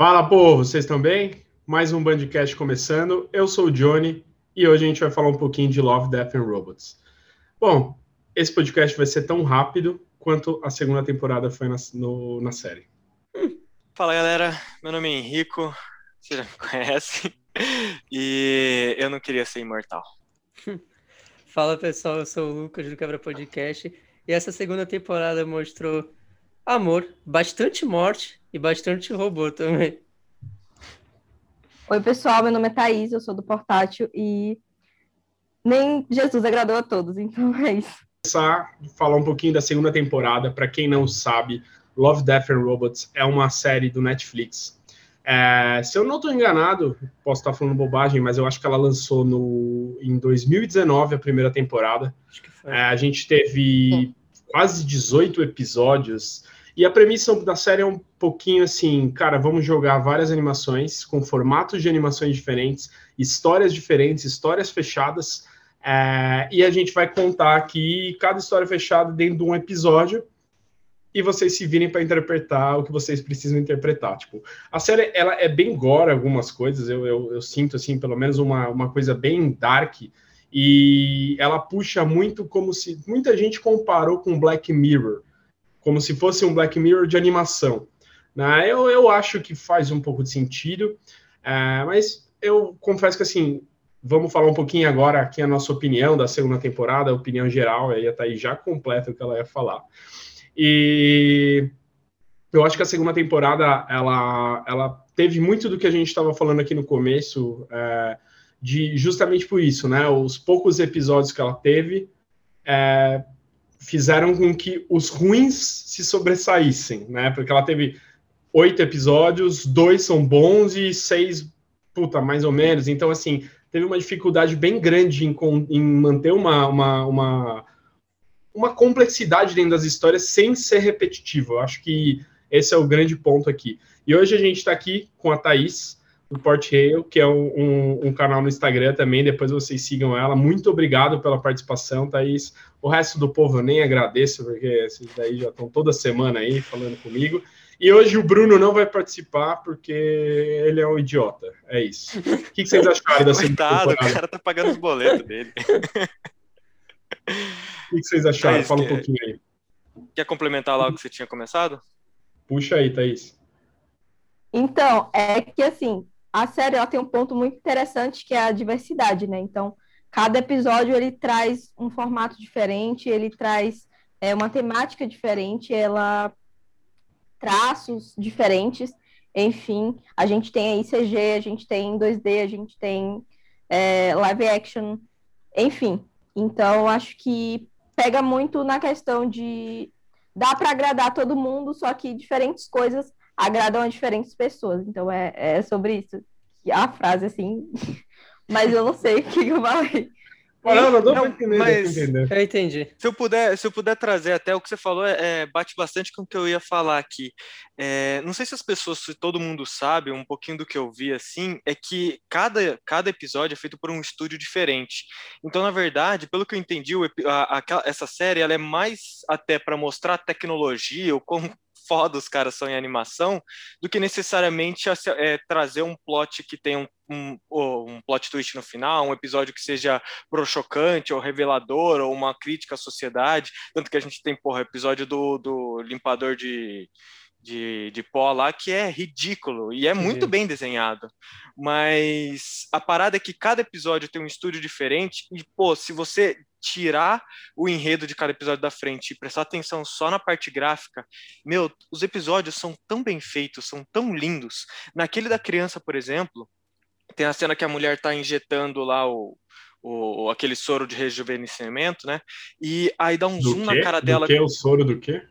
Fala, povo, vocês estão bem? Mais um Bandcast começando. Eu sou o Johnny e hoje a gente vai falar um pouquinho de Love, Death and Robots. Bom, esse podcast vai ser tão rápido quanto a segunda temporada foi na série. Fala, galera, meu nome é Henrico, você já me conhece, e eu não queria ser imortal. Fala, pessoal, eu sou o Lucas do Quebra Podcast e essa segunda temporada mostrou amor, bastante morte e bastante robô também. Oi, pessoal, meu nome é Thaís, eu sou do Portátil e nem Jesus agradou a todos, então é isso. Começar a falar um pouquinho da segunda temporada. Para quem não sabe, Love, Death and Robots é uma série do Netflix. Se eu não estou enganado, posso estar falando bobagem, mas eu acho que ela lançou em 2019 a primeira temporada. Acho que foi. A gente teve quase 18 episódios. E a premissa da série é um pouquinho assim, cara, vamos jogar várias animações com formatos de animações diferentes, histórias diferentes, histórias fechadas, e a gente vai contar aqui cada história fechada dentro de um episódio e vocês se virem para interpretar o que vocês precisam interpretar. Tipo, a série ela é bem gore algumas coisas, eu sinto assim, pelo menos uma coisa bem dark, e ela puxa muito como se muita gente comparou com Black Mirror, como se fosse um Black Mirror de animação. Né? Eu acho que faz um pouco de sentido, mas eu confesso que, assim, vamos falar um pouquinho agora aqui a nossa opinião da segunda temporada, a opinião geral, aí a Thaís já completa o que ela ia falar. E eu acho que a segunda temporada, ela teve muito do que a gente estava falando aqui no começo, justamente por isso, né? Os poucos episódios que ela teve, fizeram com que os ruins se sobressaíssem, né? Porque ela teve 8 episódios, 2 são bons e 6, mais ou menos. Então, assim, teve uma dificuldade bem grande em manter uma complexidade dentro das histórias sem ser repetitivo. Eu acho que esse é o grande ponto aqui. E hoje a gente está aqui com a Thaís, do Porthale, que é um canal no Instagram também, depois vocês sigam ela. Muito obrigado pela participação, Thaís. O resto do povo eu nem agradeço, porque esses daí já estão toda semana aí falando comigo. E hoje o Bruno não vai participar, porque ele é um idiota. É isso. O que vocês acharam da segunda temporada? Coitado, o cara tá pagando os boletos dele. O que vocês acharam? Thaís, Fala um pouquinho aí. Quer complementar lá o que você tinha começado? Puxa aí, Thaís. Então, é que assim, a série ela tem um ponto muito interessante que é a diversidade, né? Então, cada episódio ele traz um formato diferente, ele traz uma temática diferente, ela traços diferentes, enfim, a gente tem aí CG, a gente tem 2D, a gente tem live action, enfim. Então, acho que pega muito na questão de dá para agradar todo mundo, só que diferentes coisas agradam a diferentes pessoas. Então, é sobre isso. A frase, assim, mas eu não sei o que eu falei. Não dou pra entender, mas Eu entendi. Se eu puder trazer até o que você falou, bate bastante com o que eu ia falar aqui. Não sei se todo mundo sabe, um pouquinho do que eu vi assim, é que cada episódio é feito por um estúdio diferente. Então, na verdade, pelo que eu entendi, essa série ela é mais até para mostrar a tecnologia, o quão foda os caras são em animação, do que necessariamente trazer um plot que tenha um plot twist no final, um episódio que seja chocante ou revelador ou uma crítica à sociedade. Tanto que a gente tem, episódio do limpador de pó lá, que é ridículo e é muito bem desenhado. Mas a parada é que cada episódio tem um estúdio diferente e, se você tirar o enredo de cada episódio da frente e prestar atenção só na parte gráfica, os episódios são tão bem feitos, são tão lindos. Naquele da criança, por exemplo, tem a cena que a mulher tá injetando lá aquele soro de rejuvenescimento, né? E aí dá um zoom na cara dela. Do que? O soro do quê?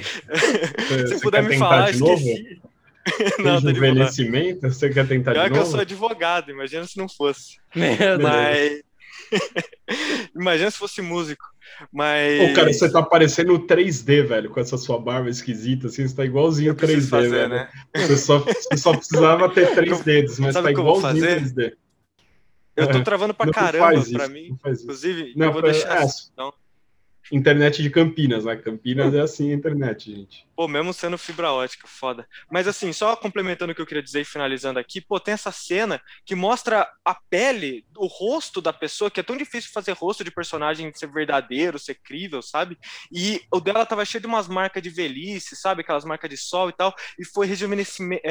Se puder me falar, esqueci. Rejuvenescimento? Você quer tentar de novo? Pior que eu sou advogado, imagina se não fosse. Mas... Imagina se fosse músico. Mas... Pô, cara, você tá parecendo 3D, velho, com essa sua barba esquisita, assim, você tá igualzinho 3D, fazer, velho. Né? Você só precisava ter 3 dedos, mas sabe tá igualzinho 3D. Eu tô travando pra caramba pra mim. Inclusive, eu vou deixar assim, então. Internet de Campinas, né? Campinas é assim a internet, gente. Pô, mesmo sendo fibra ótica, foda. Mas assim, só complementando o que eu queria dizer e finalizando aqui, pô, tem essa cena que mostra a pele, o rosto da pessoa, que é tão difícil fazer rosto de personagem ser verdadeiro, ser crível, sabe? E o dela tava cheio de umas marcas de velhice, sabe? Aquelas marcas de sol e tal, e foi rejuvenescimento,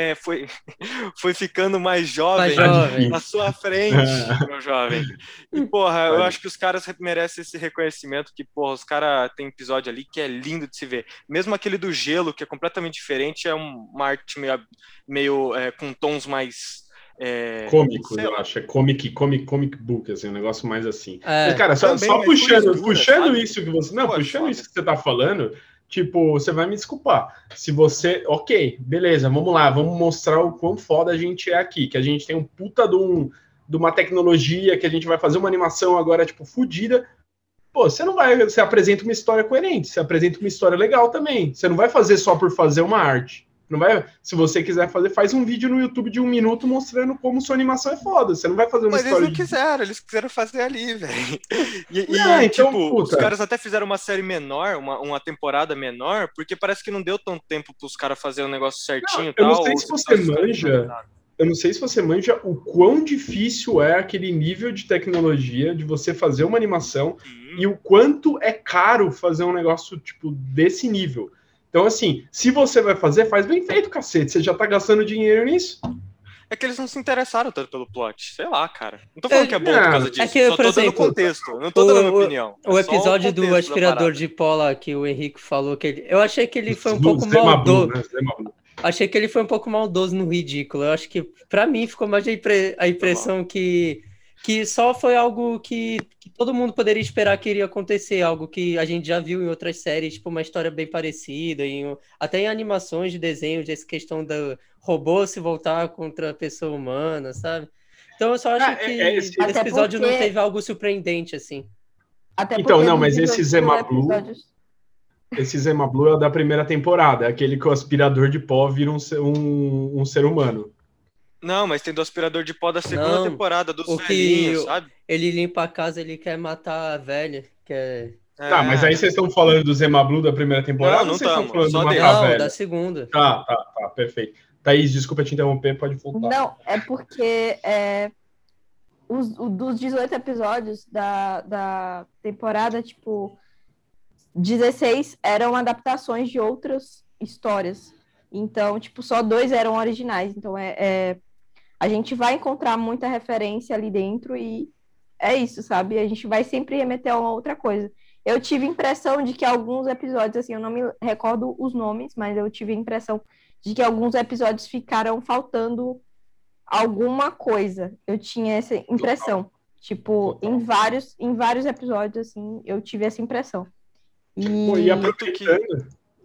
foi ficando mais jovem, jovem. na sua frente, meu jovem. E, porra, eu acho que os caras merecem esse reconhecimento, que, porra, os caras tem episódio ali que é lindo de se ver. Mesmo aquele do gelo, que é completamente diferente, é uma arte meio com tons mais... cômicos, sei eu lá. acho. É comic book, assim, um negócio mais assim. É, Mas, cara, só também, mas puxando sabe? isso que você. Não, Pô, é puxando foda. isso que você tá falando, tipo, você vai me desculpar. Se você. Ok, beleza, vamos lá, vamos mostrar o quão foda a gente é aqui. Que a gente tem um puta de uma tecnologia, que a gente vai fazer uma animação agora, tipo, fodida. Pô, você não vai. Você apresenta uma história coerente, você apresenta uma história legal também. Você não vai fazer só por fazer uma arte. Não vai, se você quiser fazer, faz um vídeo no YouTube de 1 minuto mostrando como sua animação é foda. Você não vai fazer uma Mas história. eles quiseram fazer ali, velho. Então, tipo, puta. os caras até fizeram uma série menor, uma temporada menor, porque parece que não deu tanto tempo pros caras fazerem o negócio certinho e Eu não tal. sei se você manja. Eu não sei se você manja o quão difícil é aquele nível de tecnologia de você fazer uma animação e o quanto é caro fazer um negócio tipo desse nível. Então, assim, se você vai fazer, faz bem feito, cacete. Você já tá gastando dinheiro nisso. É que eles não se interessaram tanto pelo plot. Sei lá, cara. Não tô falando que é bom por causa disso. É que, só por tô exemplo, dando contexto. Não tô dando minha opinião. O É só episódio do contexto da aspirador parada. de pó lá que o Henrique falou, eu achei que ele foi um pouco maldoso. Né? Achei que ele foi um pouco maldoso no ridículo. Eu acho que, pra mim, ficou mais a impressão que só foi algo que todo mundo poderia esperar que iria acontecer, algo que a gente já viu em outras séries, tipo uma história bem parecida, até em animações de desenhos, essa questão do robô se voltar contra a pessoa humana, sabe? Então eu só acho que esse episódio não teve algo surpreendente, assim. Até então, não, mas esse Zema Blue é o da primeira temporada, é aquele que o aspirador de pó vira um ser humano. Não, mas tem do aspirador de pó da segunda temporada, dos o velhinhos, que sabe? Ele limpa a casa, ele quer matar a velha, que é... Tá, mas aí vocês estão falando do Zema Blue da primeira temporada não ou vocês estão tamo, falando só do dele. Matar Velha? da segunda. Tá, perfeito. Thaís, desculpa te interromper, pode voltar. Não, é porque dos 18 episódios da temporada, tipo, 16 eram adaptações de outras histórias. Então, tipo, só 2 eram originais. Então, a gente vai encontrar muita referência ali dentro e é isso, sabe? A gente vai sempre remeter a uma outra coisa. Eu tive a impressão de que alguns episódios, assim, eu não me recordo os nomes, mas eu tive a impressão de que alguns episódios ficaram faltando alguma coisa. Eu tinha essa impressão. Total. Tipo, total. Em vários episódios, assim, eu tive essa impressão. E aproveitando...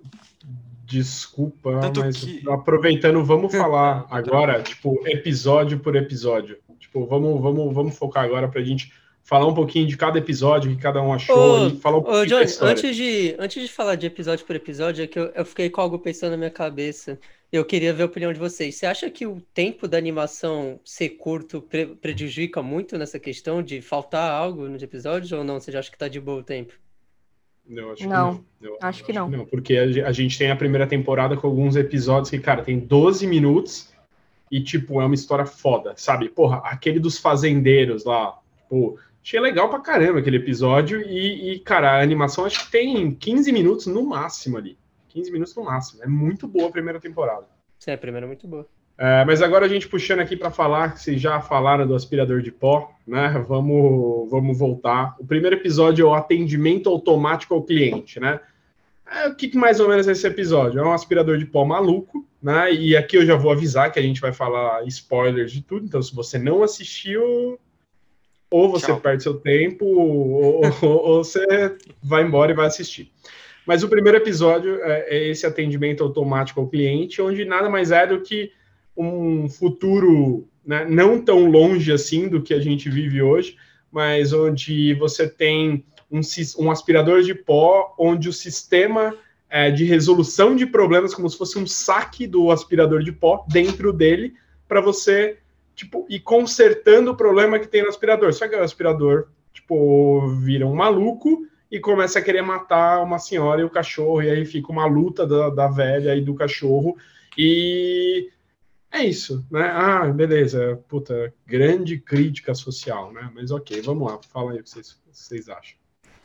Desculpa, mas aproveitando, vamos falar agora, tipo, episódio por episódio. Tipo, vamos focar agora pra gente falar um pouquinho de cada episódio, que cada um achou, e falar um pouquinho Johnny, da história. Antes de falar de episódio por episódio, é que eu fiquei com algo pensando na minha cabeça. Eu queria ver a opinião de vocês. Você acha que o tempo da animação ser curto prejudica muito nessa questão de faltar algo nos episódios, ou não? Você já acha que tá de boa o tempo? Eu acho que não. Acho que não. Porque a gente tem a primeira temporada com alguns episódios que, cara, tem 12 minutos e, tipo, é uma história foda, sabe? Porra, aquele dos fazendeiros lá, tipo, achei legal pra caramba aquele episódio e, cara, a animação acho que tem 15 minutos no máximo ali. 15 minutos no máximo. É muito boa a primeira temporada. Sim, a primeira é muito boa. Mas agora a gente puxando aqui para falar, que vocês já falaram do aspirador de pó, né? Vamos voltar. O primeiro episódio é o atendimento automático ao cliente, né? O que mais ou menos é esse episódio? É um aspirador de pó maluco, né? E aqui eu já vou avisar que a gente vai falar spoilers de tudo, então se você não assistiu, ou você perde seu tempo, ou você vai embora e vai assistir. Mas o primeiro episódio é esse atendimento automático ao cliente, onde nada mais é do que um futuro, né, não tão longe assim do que a gente vive hoje, mas onde você tem um aspirador de pó, onde o sistema de resolução de problemas, como se fosse um saque do aspirador de pó dentro dele, para você tipo, ir consertando o problema que tem no aspirador. Só que o aspirador tipo, vira um maluco e começa a querer matar uma senhora e o cachorro, e aí fica uma luta da velha e do cachorro, e é isso, né? Ah, beleza, puta, grande crítica social, né? Mas ok, vamos lá, fala aí o que vocês acham.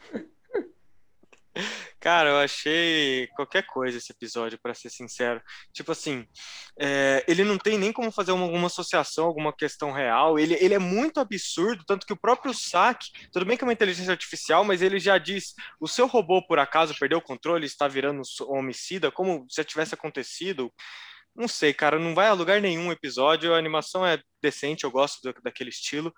Cara, eu achei qualquer coisa esse episódio, pra ser sincero. Tipo assim, ele não tem nem como fazer alguma associação, alguma questão real. Ele é muito absurdo, tanto que o próprio Saki, tudo bem que é uma inteligência artificial, mas ele já diz: o seu robô, por acaso, perdeu o controle, está virando um homicida, como se já tivesse acontecido. Não sei, cara, não vai a lugar nenhum o episódio. A animação é decente, eu gosto daquele estilo,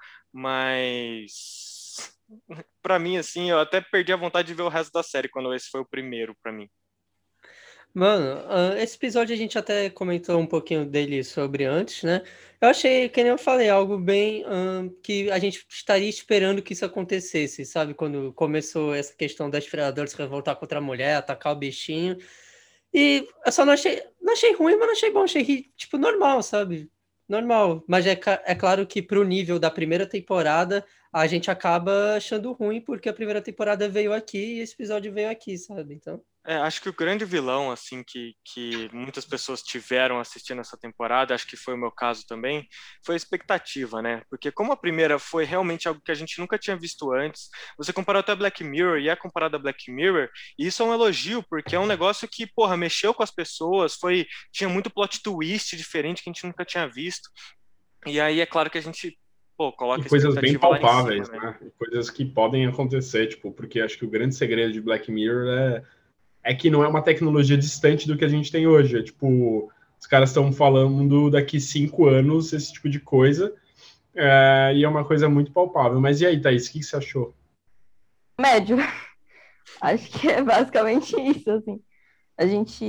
mas pra mim, assim, eu até perdi a vontade de ver o resto da série quando esse foi o primeiro pra mim. Mano, esse episódio a gente até comentou um pouquinho dele sobre antes, né? Eu achei, que nem eu falei, algo bem que a gente estaria esperando que isso acontecesse, sabe? Quando começou essa questão das predadores se revoltar contra a mulher, atacar o bichinho. E eu só não achei ruim, mas não achei bom, achei tipo normal, sabe? Normal. Mas é claro que pro nível da primeira temporada, a gente acaba achando ruim, porque a primeira temporada veio aqui e esse episódio veio aqui, sabe? Então. Acho que o grande vilão, assim, que muitas pessoas tiveram assistindo essa temporada, acho que foi o meu caso também, foi a expectativa, né? Porque como a primeira foi realmente algo que a gente nunca tinha visto antes, você comparou até Black Mirror e é comparado a Black Mirror, e isso é um elogio, porque é um negócio que, porra, mexeu com as pessoas, tinha muito plot twist diferente que a gente nunca tinha visto. E aí é claro que a gente, pô, E coloca a coisas bem expectativa lá em cima, palpáveis, né? né? E coisas que podem acontecer, tipo, porque acho que o grande segredo de Black Mirror é que não é uma tecnologia distante do que a gente tem hoje. É tipo, os caras estão falando daqui 5 anos esse tipo de coisa, e é uma coisa muito palpável. Mas e aí, Thaís, o que você achou? Médio. Acho que é basicamente isso, assim. A gente.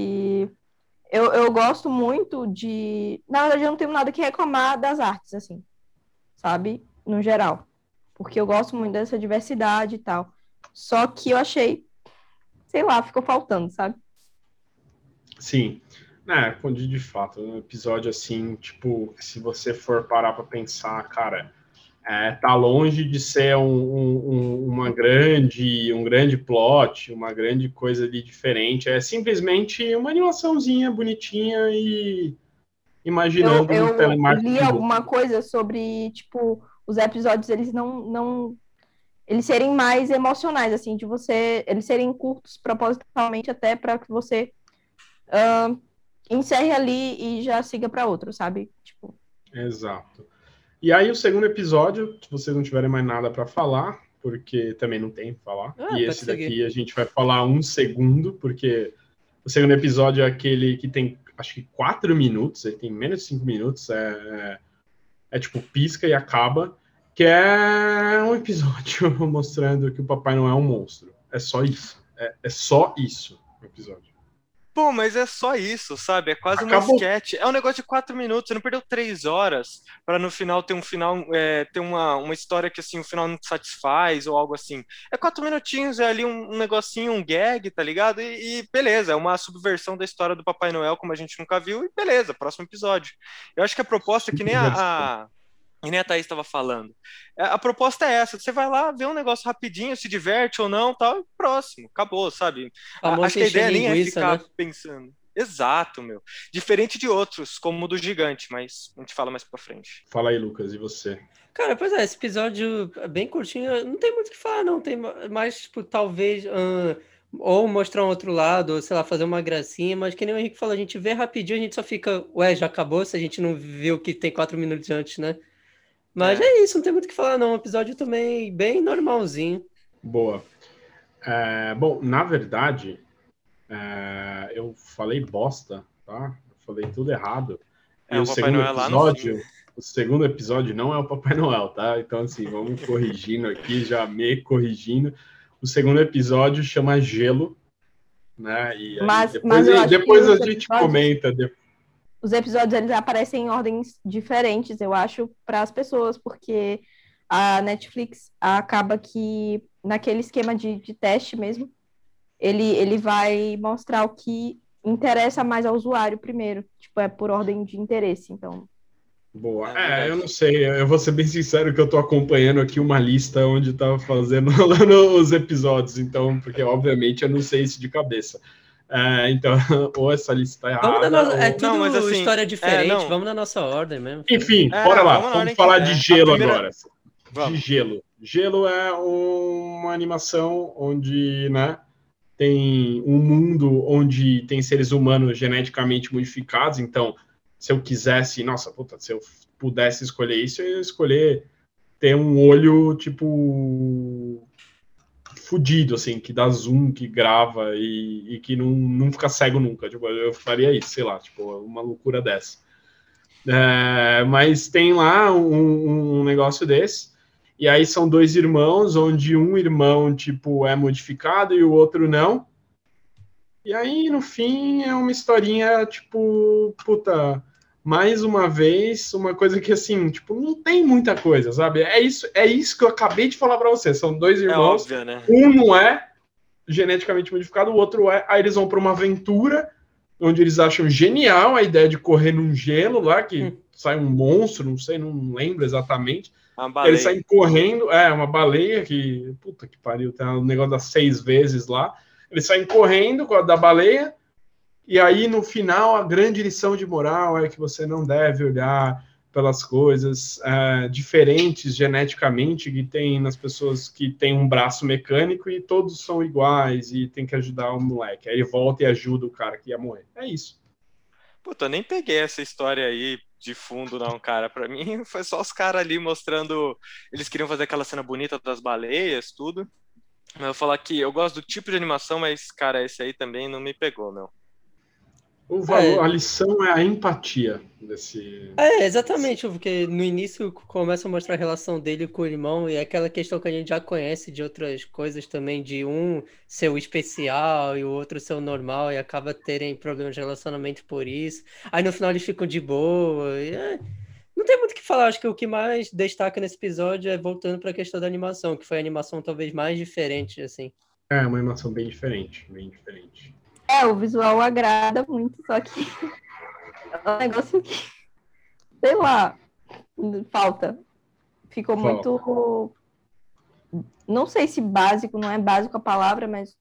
Eu gosto muito de. Na verdade, eu não tenho nada que reclamar das artes, assim, sabe? No geral. Porque eu gosto muito dessa diversidade e tal. Só que eu achei, sei lá, ficou faltando, sabe? Sim, de fato, um episódio assim, tipo, se você for parar para pensar, cara, tá longe de ser um grande plot, uma grande coisa ali diferente. É simplesmente uma animaçãozinha bonitinha e imaginando um Eu li telemarketing bom. alguma coisa sobre, tipo, os episódios, eles não eles serem mais emocionais, assim, de você, eles serem curtos propositalmente até para que você encerre ali e já siga para outro, sabe? Tipo, Exato. E aí o segundo episódio, se vocês não tiverem mais nada para falar, porque também não tem para falar, e pode esse seguir. daqui a gente vai falar um segundo, porque o segundo episódio é aquele que tem, acho que 4 minutos, ele tem menos de 5 minutos, é tipo pisca e acaba, que é um episódio mostrando que o Papai Noel é um monstro. É só isso. É só isso o episódio. Pô, mas é só isso, sabe? É quase uma Acabou. sketch. É um negócio de 4 minutos. Você não perdeu 3 horas para no final ter um final, ter uma história que assim o final não te satisfaz ou algo assim. É 4 minutinhos, é ali um negocinho, um gag, tá ligado? E beleza, é uma subversão da história do Papai Noel como a gente nunca viu e beleza, próximo episódio. Eu acho que a proposta é que nem e nem a Thaís estava falando. A proposta é essa: você vai lá, vê um negócio rapidinho, se diverte ou não, tal, e próximo, acabou, sabe? Famoso Acho que a encher ideia nem é linguiça, ficar né? pensando. Exato, meu. Diferente de outros, como o do Gigante, mas a gente fala mais pra frente. Fala aí, Lucas, e você? Cara, pois é, esse episódio é bem curtinho, não tem muito o que falar, não. Tem mais, tipo, talvez, ou mostrar um outro lado, ou sei lá, fazer uma gracinha, mas que nem o Henrique falou, a gente vê rapidinho, a gente só fica, ué, já acabou, se a gente não viu que tem 4 minutos antes, né? Mas É. é isso, não tem muito o que falar, não. Um episódio também bem normalzinho. Boa. Bom, na verdade, eu falei bosta, tá? Eu falei tudo errado. E O o Papai segundo Noel é lá no fim. episódio, o segundo episódio não é o Papai Noel, tá? Então, assim, vamos corrigindo aqui, já me corrigindo. O segundo episódio chama Gelo, né? E aí mas eu acho que depois a gente comenta. Os episódios eles aparecem em ordens diferentes, eu acho, para as pessoas, porque a Netflix acaba que, naquele esquema de teste mesmo, ele vai mostrar o que interessa mais ao usuário primeiro. Tipo, é por ordem de interesse. Então, Boa. verdade. Eu não sei, eu vou ser bem sincero que eu tô acompanhando aqui uma lista onde tá fazendo os episódios, então, porque obviamente eu não sei isso de cabeça. Então, ou essa lista tá Vamos na errada, nossa... É ou... Não, mas tudo assim, história diferente, não. vamos na nossa ordem mesmo. Enfim, bora lá, Vamos na vamos ordem que falar de der. A Gelo primeira- agora. De Vamos. Gelo. Gelo é uma animação onde, né, tem um mundo onde tem seres humanos geneticamente modificados, então, se eu quisesse, nossa, puta, se eu pudesse escolher isso, eu ia escolher ter um olho, tipo, fudido, assim, que dá zoom, que grava e que não fica cego nunca. Tipo, eu faria isso, sei lá, tipo, uma loucura dessa. Mas tem lá um negócio desse, e aí são dois irmãos, onde um irmão, tipo, é modificado e o outro não. E aí, no fim, é uma historinha, tipo, puta, mais uma vez, uma coisa que, assim, tipo, não tem muita coisa, sabe? É isso que eu acabei de falar pra você. São dois É irmãos, óbvio, né? um não é geneticamente modificado, o outro é. Aí eles vão pra uma aventura, onde eles acham genial a ideia de correr num gelo lá, que sai um monstro, não sei, não lembro exatamente. Uma Eles baleia. saem correndo, uma baleia que, puta que pariu, tem um negócio das 6 vezes lá. Eles saem correndo da baleia, e aí no final a grande lição de moral é que você não deve olhar pelas coisas diferentes geneticamente que tem nas pessoas que têm um braço mecânico e todos são iguais e tem que ajudar o moleque. Aí ele volta e ajuda o cara que ia morrer. É isso. Puta, eu nem peguei essa história aí de fundo, não, cara. Pra mim, foi só os caras ali mostrando. Eles queriam fazer aquela cena bonita das baleias, tudo. Mas eu vou falar que eu gosto do tipo de animação, mas, cara, esse aí também não me pegou, meu. O valor, a lição é a empatia desse. Exatamente, porque no início começa a mostrar a relação dele com o irmão e é aquela questão que a gente já conhece de outras coisas também, de um ser o especial e o outro ser o normal e acaba terem problemas de relacionamento por isso. Aí no final eles ficam de boa. Não tem muito o que falar, acho que o que mais destaca nesse episódio é voltando para a questão da animação, que foi a animação talvez mais diferente, assim. É uma animação bem diferente, bem diferente. O visual agrada muito, só que é um negócio que, sei lá, falta. Ficou muito... Não sei se básico, não é básico a palavra, mas...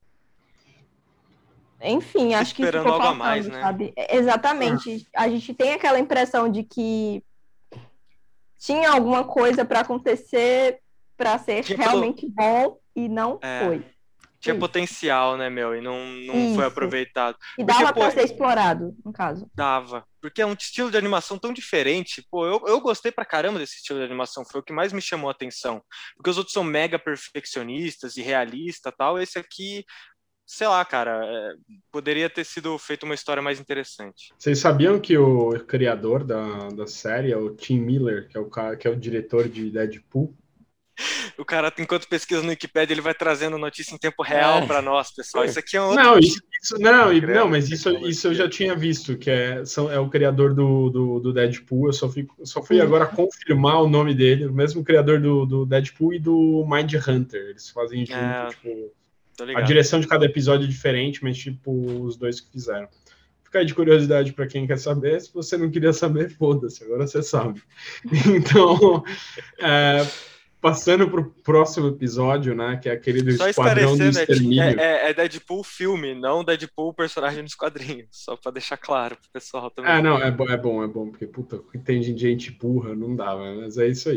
Enfim, acho que esperando ficou algo a faltando, mais, né? sabe? Exatamente. A gente tem aquela impressão de que tinha alguma coisa para acontecer para ser realmente bom e não foi. Tinha potencial, né, meu? E não foi aproveitado. E dava para ser explorado, no caso. Dava. Porque é um estilo de animação tão diferente. Pô, eu gostei pra caramba desse estilo de animação. Foi o que mais me chamou a atenção. Porque os outros são mega perfeccionistas e realistas e tal. Esse aqui, sei lá, cara, poderia ter sido feito uma história mais interessante. Vocês sabiam que o criador da série é o Tim Miller, que é o cara que é o diretor de Deadpool? O cara, enquanto pesquisa no Wikipedia, ele vai trazendo notícia em tempo real para nós, pessoal. Isso aqui é um outro mas isso eu já tinha visto, que é o criador do Deadpool. Eu só fui agora confirmar o nome dele, o mesmo criador do Deadpool e do Mind Hunter. Eles fazem junto, tipo, a direção de cada episódio é diferente, mas tipo, os dois que fizeram. Fica aí de curiosidade para quem quer saber. Se você não queria saber, foda-se, agora você sabe. Então, passando para o próximo episódio, né, que é aquele do só Esquadrão do Extermínio. É Deadpool filme, não Deadpool personagem dos quadrinhos, só para deixar claro pro pessoal também. Não, é bom, porque, puta, tem gente burra, não dá, mas é isso aí.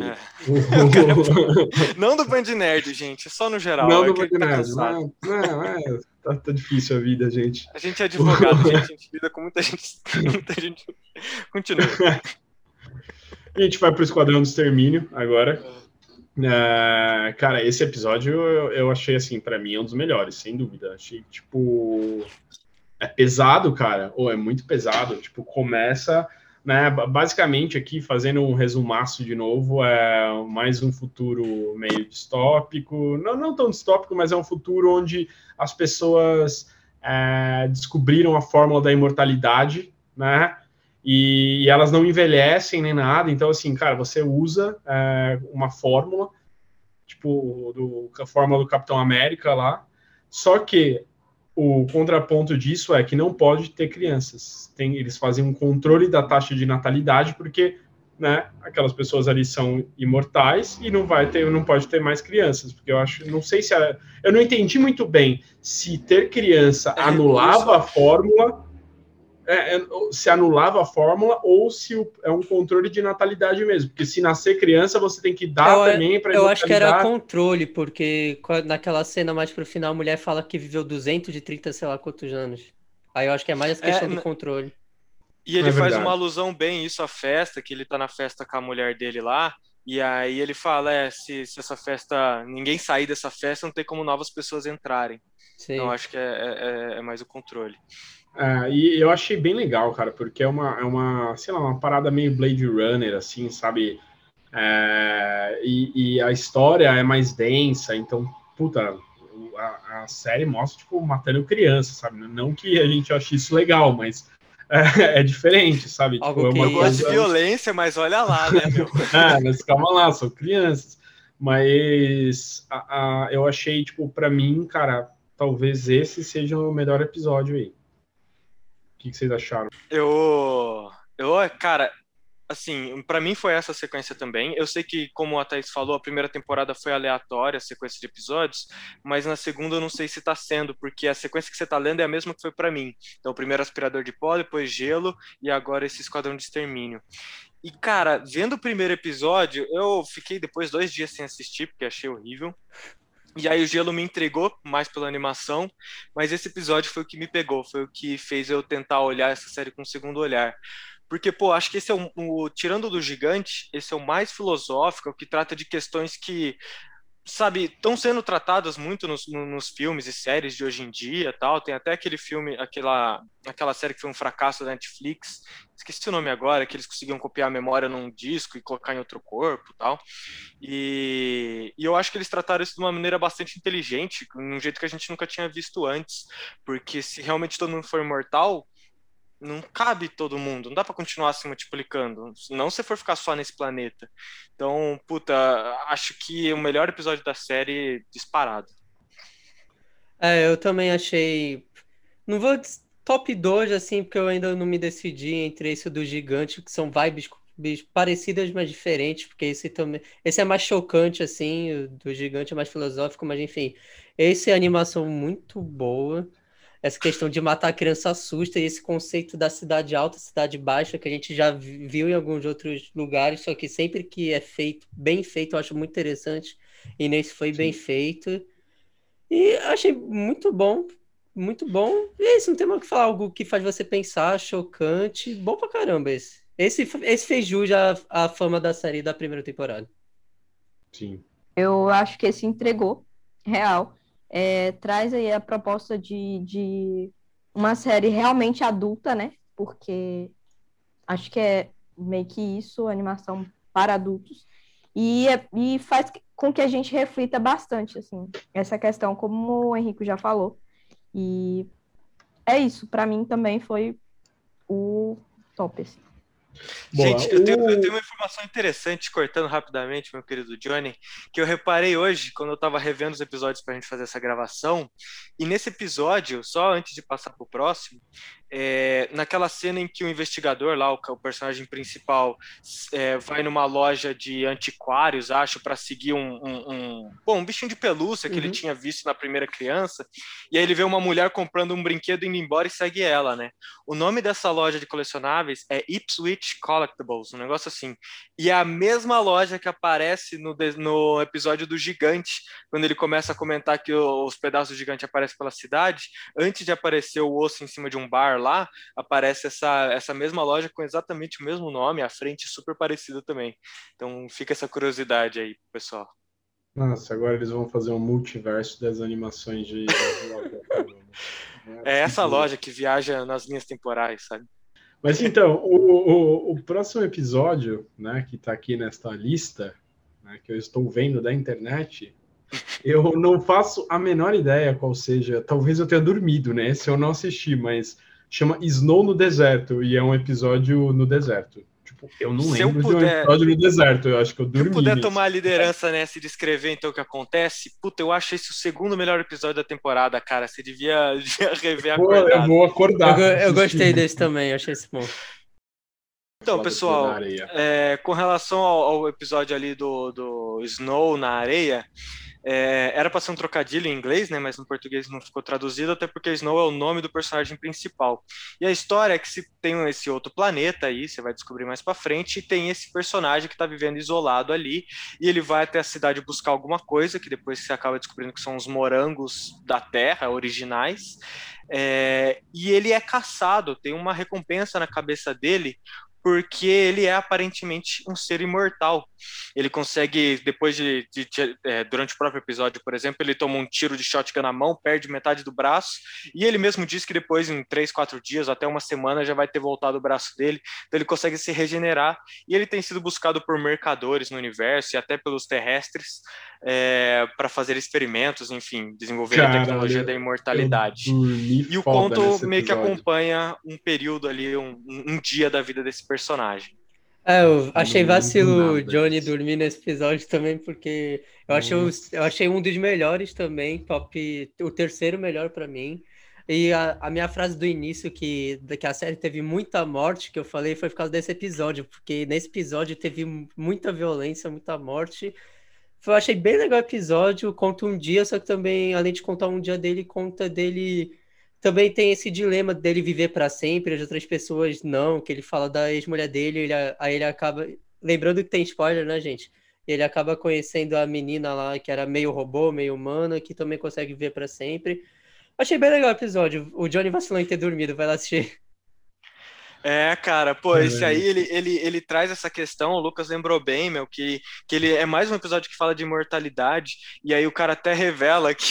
Não do Band Nerd, gente, só no geral. Não do Band Nerd, tá difícil a vida, gente. A gente é advogado, a gente lida com muita gente. Continua. A gente vai pro Esquadrão do Extermínio agora. Cara, esse episódio eu achei, assim, pra mim é um dos melhores, sem dúvida. Achei, tipo, é pesado, cara, é muito pesado. Tipo, começa, né, basicamente aqui, fazendo um resumaço de novo, é mais um futuro meio distópico, não tão distópico, mas é um futuro onde as pessoas descobriram a fórmula da imortalidade, né, e elas não envelhecem nem nada. Então, assim, cara, você usa uma fórmula, tipo a fórmula do Capitão América lá, só que o contraponto disso é que não pode ter crianças. Eles fazem um controle da taxa de natalidade, porque né? Aquelas pessoas ali são imortais e não pode ter mais crianças, porque não sei se eu não entendi muito bem se ter criança anulava a fórmula, se anulava a fórmula ou se é um controle de natalidade mesmo, porque se nascer criança você tem que dar também para eu acho que era controle, porque naquela cena mais pro final a mulher fala que viveu 230 sei lá quantos anos. Aí eu acho que é mais essa questão do controle. E ele faz uma alusão bem isso à festa, que ele tá na festa com a mulher dele lá, e aí ele fala, se essa festa, ninguém sair dessa festa, não tem como novas pessoas entrarem. Sim. Então acho que é mais o controle. E eu achei bem legal, cara, porque é uma, sei lá, uma parada meio Blade Runner, assim, sabe? E a história é mais densa, então, puta, a série mostra, tipo, matando criança, sabe? Não que a gente ache isso legal, mas é diferente, sabe? Tipo, eu gosto de violência, mas olha lá, né, meu? Mas calma lá, são crianças. Mas eu achei, tipo, pra mim, cara, talvez esse seja o melhor episódio aí. O que vocês acharam? Cara, assim, pra mim foi essa sequência também. Eu sei que, como a Thaís falou, a primeira temporada foi aleatória, a sequência de episódios, mas na segunda eu não sei se tá sendo, porque a sequência que você tá lendo é a mesma que foi pra mim. Então, primeiro aspirador de pó, depois gelo, e agora esse esquadrão de extermínio. E, cara, vendo o primeiro episódio, eu fiquei depois 2 dias sem assistir, porque achei horrível. E aí o gelo me entregou mais pela animação, mas esse episódio foi o que me pegou, foi o que fez eu tentar olhar essa série com um segundo olhar. Porque, pô, acho que esse é tirando do gigante, esse é o mais filosófico, o que trata de questões que, sabe, estão sendo tratadas muito nos filmes e séries de hoje em dia, tal. Tem até aquele filme, aquela série que foi um fracasso da Netflix, esqueci o nome agora, que eles conseguiam copiar a memória num disco e colocar em outro corpo, tal. E eu acho que eles trataram isso de uma maneira bastante inteligente, de um jeito que a gente nunca tinha visto antes, porque se realmente todo mundo for imortal, não cabe todo mundo, não dá pra continuar se multiplicando, não se for ficar só nesse planeta. Então, puta, acho que o melhor episódio da série disparado. Eu também achei, não vou top 2 assim, porque eu ainda não me decidi entre esse do gigante, que são vibes parecidas, mas diferentes, porque esse é mais chocante assim, o do gigante é mais filosófico, mas enfim, esse é animação muito boa. Essa questão de matar a criança assusta, e esse conceito da cidade alta, cidade baixa, que a gente já viu em alguns outros lugares, só que sempre que é feito, bem feito, eu acho muito interessante, e nesse foi bem feito. E achei muito bom, muito bom. E é isso, não tem mais o que falar, algo que faz você pensar, chocante, bom pra caramba esse. Esse fez jus à fama da série da primeira temporada. Sim. Eu acho que esse entregou, real. Traz aí a proposta de uma série realmente adulta, né? Porque acho que é meio que isso, animação para adultos. E faz com que a gente reflita bastante, assim, essa questão, como o Henrique já falou. E é isso, para mim também foi o top, assim. Gente, eu tenho uma informação interessante, cortando rapidamente, meu querido Johnny, que eu reparei hoje, quando eu estava revendo os episódios para a gente fazer essa gravação, e nesse episódio, só antes de passar para o próximo, naquela cena em que o investigador lá, o personagem principal, vai numa loja de antiquários, acho, para seguir um bichinho de pelúcia que ele tinha visto na primeira criança, e aí ele vê uma mulher comprando um brinquedo indo embora e segue ela, né? O nome dessa loja de colecionáveis é Ipswich Collectibles, um negócio assim. E é a mesma loja que aparece no episódio do Gigante, quando ele começa a comentar que os pedaços do gigante aparecem pela cidade. Antes de aparecer o osso em cima de um bar lá, aparece essa mesma loja com exatamente o mesmo nome, a frente super parecida também. Então fica essa curiosidade aí, pessoal. Nossa, agora eles vão fazer um multiverso das animações de... É essa loja que viaja nas linhas temporais, sabe? Mas então, o próximo episódio, né, que está aqui nesta lista, né, que eu estou vendo da internet, eu não faço a menor ideia qual seja. Talvez eu tenha dormido, né? Se eu não assisti, mas chama Snow no Deserto, e é um episódio no deserto. Tipo, eu não lembro de um episódio no deserto, eu acho que eu dormi. Se eu puder tomar a liderança nessa e descrever então o que acontece, puta, eu acho esse o segundo melhor episódio da temporada, cara. Você devia rever acordado. Eu vou acordar. Eu gostei desse também, achei esse bom. Então, pessoal, com relação ao episódio ali do Snow na areia, era para ser um trocadilho em inglês, né? Mas no português não ficou traduzido, até porque Snow é o nome do personagem principal. E a história é que se tem esse outro planeta aí, você vai descobrir mais para frente, e tem esse personagem que está vivendo isolado ali, e ele vai até a cidade buscar alguma coisa, que depois você acaba descobrindo que são os morangos da Terra, originais, e ele é caçado, tem uma recompensa na cabeça dele, porque ele é aparentemente um ser imortal. Ele consegue, depois durante o próprio episódio, por exemplo, ele toma um tiro de shotgun na mão, perde metade do braço, e ele mesmo diz que depois, em 3, 4 dias, até uma semana, já vai ter voltado o braço dele, então ele consegue se regenerar, e ele tem sido buscado por mercadores no universo, e até pelos terrestres, para fazer experimentos, enfim, desenvolver a tecnologia da imortalidade. E o conto meio que acompanha um período ali, um dia da vida desse personagem. Eu achei vacilo o Johnny dormir nesse episódio também, porque eu achei um dos melhores também, o terceiro melhor pra mim. E a minha frase do início, que a série teve muita morte, que eu falei, foi por causa desse episódio, porque nesse episódio teve muita violência, muita morte. Eu achei bem legal o episódio, conta um dia, só que também, além de contar um dia dele, conta dele... Também tem esse dilema dele viver para sempre, as outras pessoas não, que ele fala da ex-mulher dele, aí ele acaba... Lembrando que tem spoiler, né, gente? Ele acaba conhecendo a menina lá, que era meio robô, meio humana, que também consegue viver para sempre. Achei bem legal o episódio. O Johnny vacilou em ter dormido, vai lá assistir. Cara, pô, esse aí ele traz essa questão, o Lucas lembrou bem, meu, que ele é mais um episódio que fala de imortalidade, e aí o cara até revela que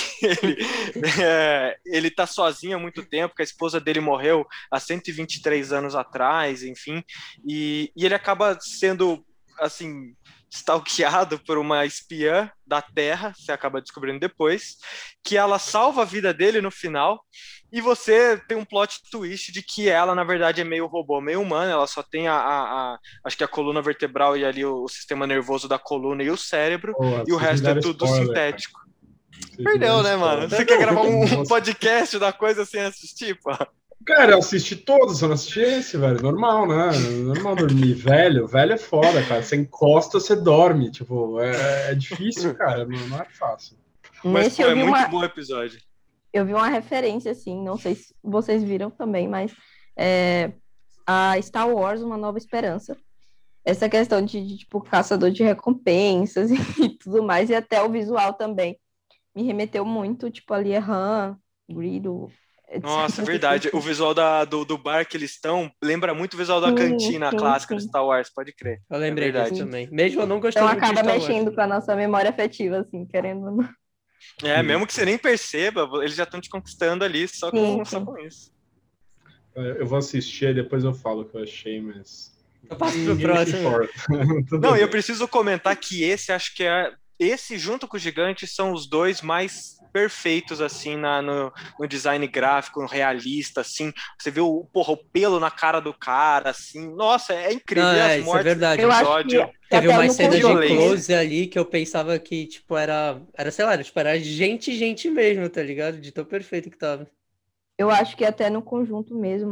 ele tá sozinho há muito tempo, que a esposa dele morreu há 123 anos atrás, enfim, e ele acaba sendo, assim, stalkeado por uma espiã da Terra, você acaba descobrindo depois, que ela salva a vida dele no final, e você tem um plot twist de que ela, na verdade, é meio robô, meio humana, ela só tem acho que a coluna vertebral e ali o sistema nervoso da coluna e o cérebro, e o resto é tudo sintético. Perdeu, né, mano? Você quer gravar um podcast da coisa sem assistir, pô? Cara, eu assisti todos, eu não assisti esse, velho. Normal, né? Normal dormir. Velho é foda, cara. Você encosta, você dorme. Tipo, é difícil, cara. Não é fácil. Mas, pô, é muito bom o episódio. Eu vi uma referência, assim, não sei se vocês viram também, mas a Star Wars, Uma Nova Esperança. Essa questão de tipo, caçador de recompensas e tudo mais, e até o visual também. Me remeteu muito, tipo, ali Han, Greedo... Nossa, é verdade. O visual do bar que eles estão lembra muito o visual da cantina clássica do Star Wars, pode crer. Eu lembrei disso também. Mesmo eu não gostando então acaba mexendo com a nossa memória afetiva, assim, querendo ou não. Mesmo que você nem perceba, eles já estão te conquistando ali só com isso. Eu vou assistir e depois eu falo o que eu achei, mas... Eu passo pro próximo. Não, e eu preciso comentar que acho que esse junto com o Gigante são os dois mais perfeitos, assim, no design gráfico, no realista, assim, você vê o pelo na cara do cara, assim, nossa, é incrível. Não, isso é verdade. Eu acho que teve uma cena de close ali que eu pensava que, tipo, era sei lá, tipo, era gente mesmo, tá ligado? De tão perfeito que tava. Eu acho que até no conjunto mesmo,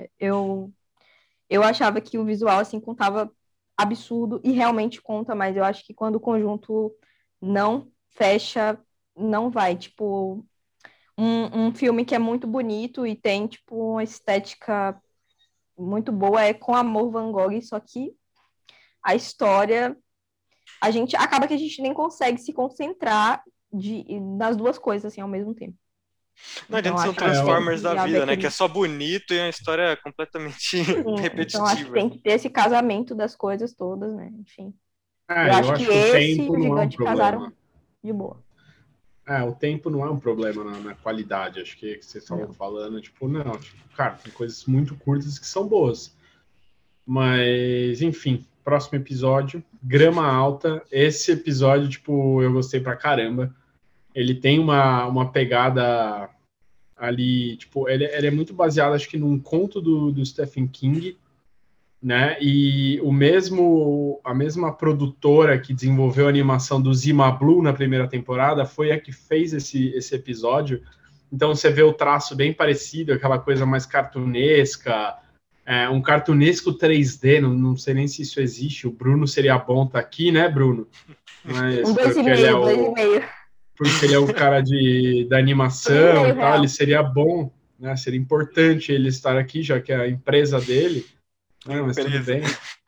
eu achava que o visual, assim, contava absurdo, e realmente conta, mas eu acho que quando o conjunto não fecha, não vai, tipo, um filme que é muito bonito e tem, tipo, uma estética muito boa, é Com Amor, Van Gogh, só que a história, acaba que a gente nem consegue se concentrar nas duas coisas, assim, ao mesmo tempo. Não adianta ser um Transformers da vida, né, que é só bonito e uma história completamente repetitiva. Então acho que tem que ter esse casamento das coisas todas, né, enfim. Eu acho que esse e o Gigante casaram de boa. O tempo não é um problema na qualidade, acho que vocês estavam falando, tipo, não, tipo, cara, tem coisas muito curtas que são boas. Mas, enfim, próximo episódio, Grama Alta. Esse episódio, tipo, eu gostei pra caramba. Ele tem uma pegada ali, tipo, ele é muito baseado, acho que, num conto do Stephen King, né? E a mesma produtora que desenvolveu a animação do Zima Blue na primeira temporada foi a que fez esse episódio. Então você vê o traço bem parecido, aquela coisa mais cartunesca, um cartunesco 3D, não sei nem se isso existe, o Bruno seria bom tá aqui, né, Bruno? Mas Um 2,5, porque ele é o cara da animação e tal, ele seria bom, né? Seria importante ele estar aqui, já que é a empresa dele, né? Mas tudo bem.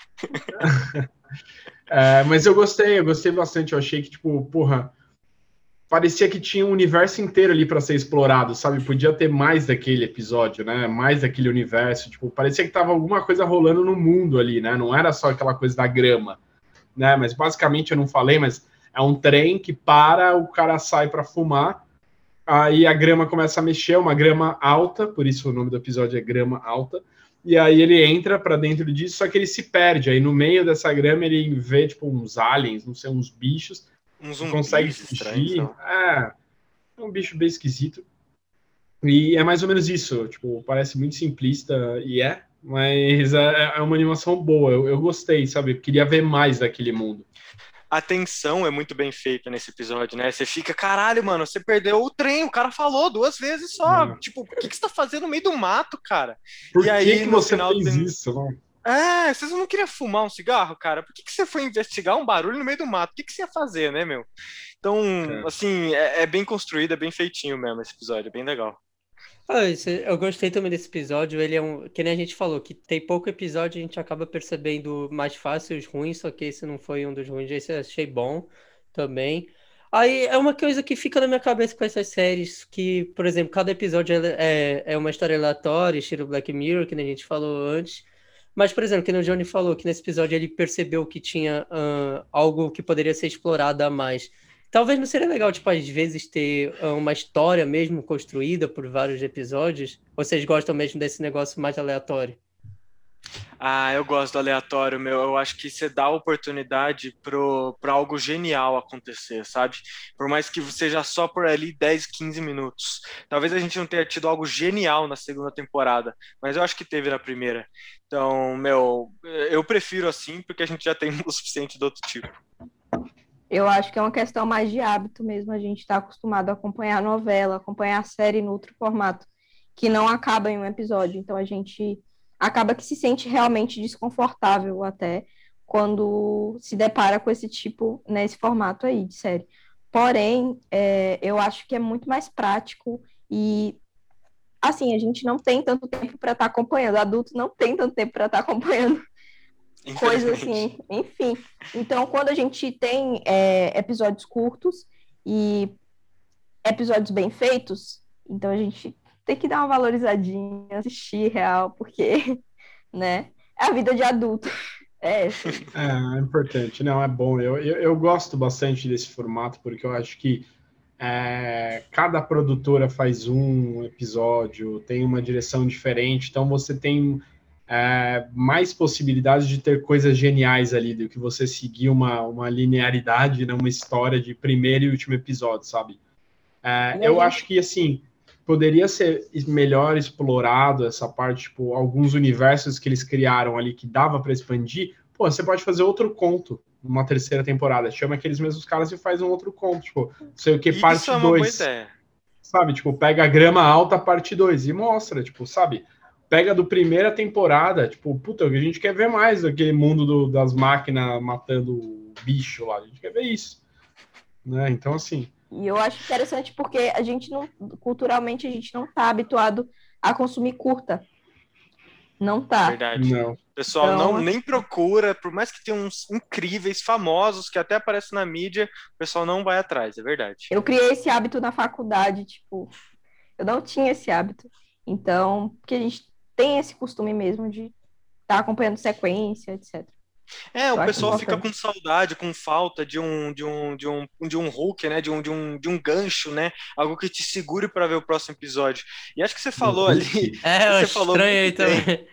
Mas eu gostei bastante, eu achei que, tipo, porra, parecia que tinha um universo inteiro ali para ser explorado, sabe? Podia ter mais daquele episódio, né? Mais daquele universo, tipo, parecia que tava alguma coisa rolando no mundo ali, né? Não era só aquela coisa da grama, né? Mas basicamente eu não falei, mas é um trem que para, o cara sai para fumar, aí a grama começa a mexer, uma grama alta, por isso o nome do episódio é Grama Alta, e aí ele entra para dentro disso, só que ele se perde, aí no meio dessa grama ele vê, tipo, uns aliens, não sei, uns bichos, uns consegue fugir, é um bicho bem esquisito, e é mais ou menos isso, tipo, parece muito simplista, mas é uma animação boa, eu gostei, sabe, eu queria ver mais daquele mundo. A tensão é muito bem feita nesse episódio, né? Você fica, caralho, mano, você perdeu o trem, o cara falou 2 vezes só. Tipo, o que você tá fazendo no meio do mato, cara? Por que no você final fez isso, né? Vocês não queriam fumar um cigarro, cara? Por que você foi investigar um barulho no meio do mato? O que você ia fazer, né, meu? Então, assim, é bem construído, é bem feitinho mesmo esse episódio, é bem legal. Eu gostei também desse episódio, ele que nem a gente falou, que tem pouco episódio, a gente acaba percebendo mais fácil os ruins, só que esse não foi um dos ruins, esse eu achei bom também. Aí é uma coisa que fica na minha cabeça com essas séries, que, por exemplo, cada episódio é uma história aleatória, estilo Black Mirror, que nem a gente falou antes. Mas, por exemplo, que o Johnny falou que nesse episódio ele percebeu que tinha algo que poderia ser explorado a mais. Talvez não seria legal, tipo, às vezes ter uma história mesmo construída por vários episódios? Vocês gostam mesmo desse negócio mais aleatório? Eu gosto do aleatório, meu. Eu acho que você dá oportunidade pra algo genial acontecer, sabe? Por mais que seja só por ali 10, 15 minutos. Talvez a gente não tenha tido algo genial na segunda temporada, mas eu acho que teve na primeira. Então, meu, eu prefiro assim, porque a gente já tem o suficiente do outro tipo. Eu acho que é uma questão mais de hábito mesmo. A gente está acostumado a acompanhar a novela, acompanhar a série no outro formato, que não acaba em um episódio. Então a gente acaba que se sente realmente desconfortável até quando se depara com esse tipo, nesse formato aí de série. Porém, eu acho que é muito mais prático e, assim, a gente não tem tanto tempo para estar acompanhando. Adulto não tem tanto tempo para estar acompanhando coisas assim, enfim. Então, quando a gente tem episódios curtos e episódios bem feitos, então a gente tem que dar uma valorizadinha, assistir real, porque, né, é a vida de adulto. É importante. Não, é bom. Eu gosto bastante desse formato, porque eu acho que cada produtora faz um episódio, tem uma direção diferente, então você tem mais possibilidades de ter coisas geniais ali do que você seguir uma linearidade, né, uma história de primeiro e último episódio, sabe? Eu acho que, assim, poderia ser melhor explorado essa parte, tipo, alguns universos que eles criaram ali que dava para expandir. Pô, você pode fazer outro conto numa terceira temporada, chama aqueles mesmos caras e faz um outro conto, tipo, não sei o que, parte 2. Isso é uma boa ideia. Sabe, tipo, pega a Grama Alta, parte 2 e mostra, tipo, sabe? Pega do primeira temporada, tipo, puta, a gente quer ver mais daquele mundo das máquinas matando o bicho lá, a gente quer ver isso, né? Então, assim... E eu acho interessante porque a gente não, culturalmente, a gente não tá habituado a consumir curta. Não tá. Verdade. Não. O pessoal nem procura, por mais que tenha uns incríveis, famosos, que até aparecem na mídia, o pessoal não vai atrás, é verdade. Eu criei esse hábito na faculdade, tipo, eu não tinha esse hábito. Então, porque a gente tem esse costume mesmo de estar acompanhando sequência, etc. O pessoal fica com saudade, com falta de um hook, né? De um gancho, né? Algo que te segure para ver o próximo episódio. E acho que você falou ali. Você falou aí também.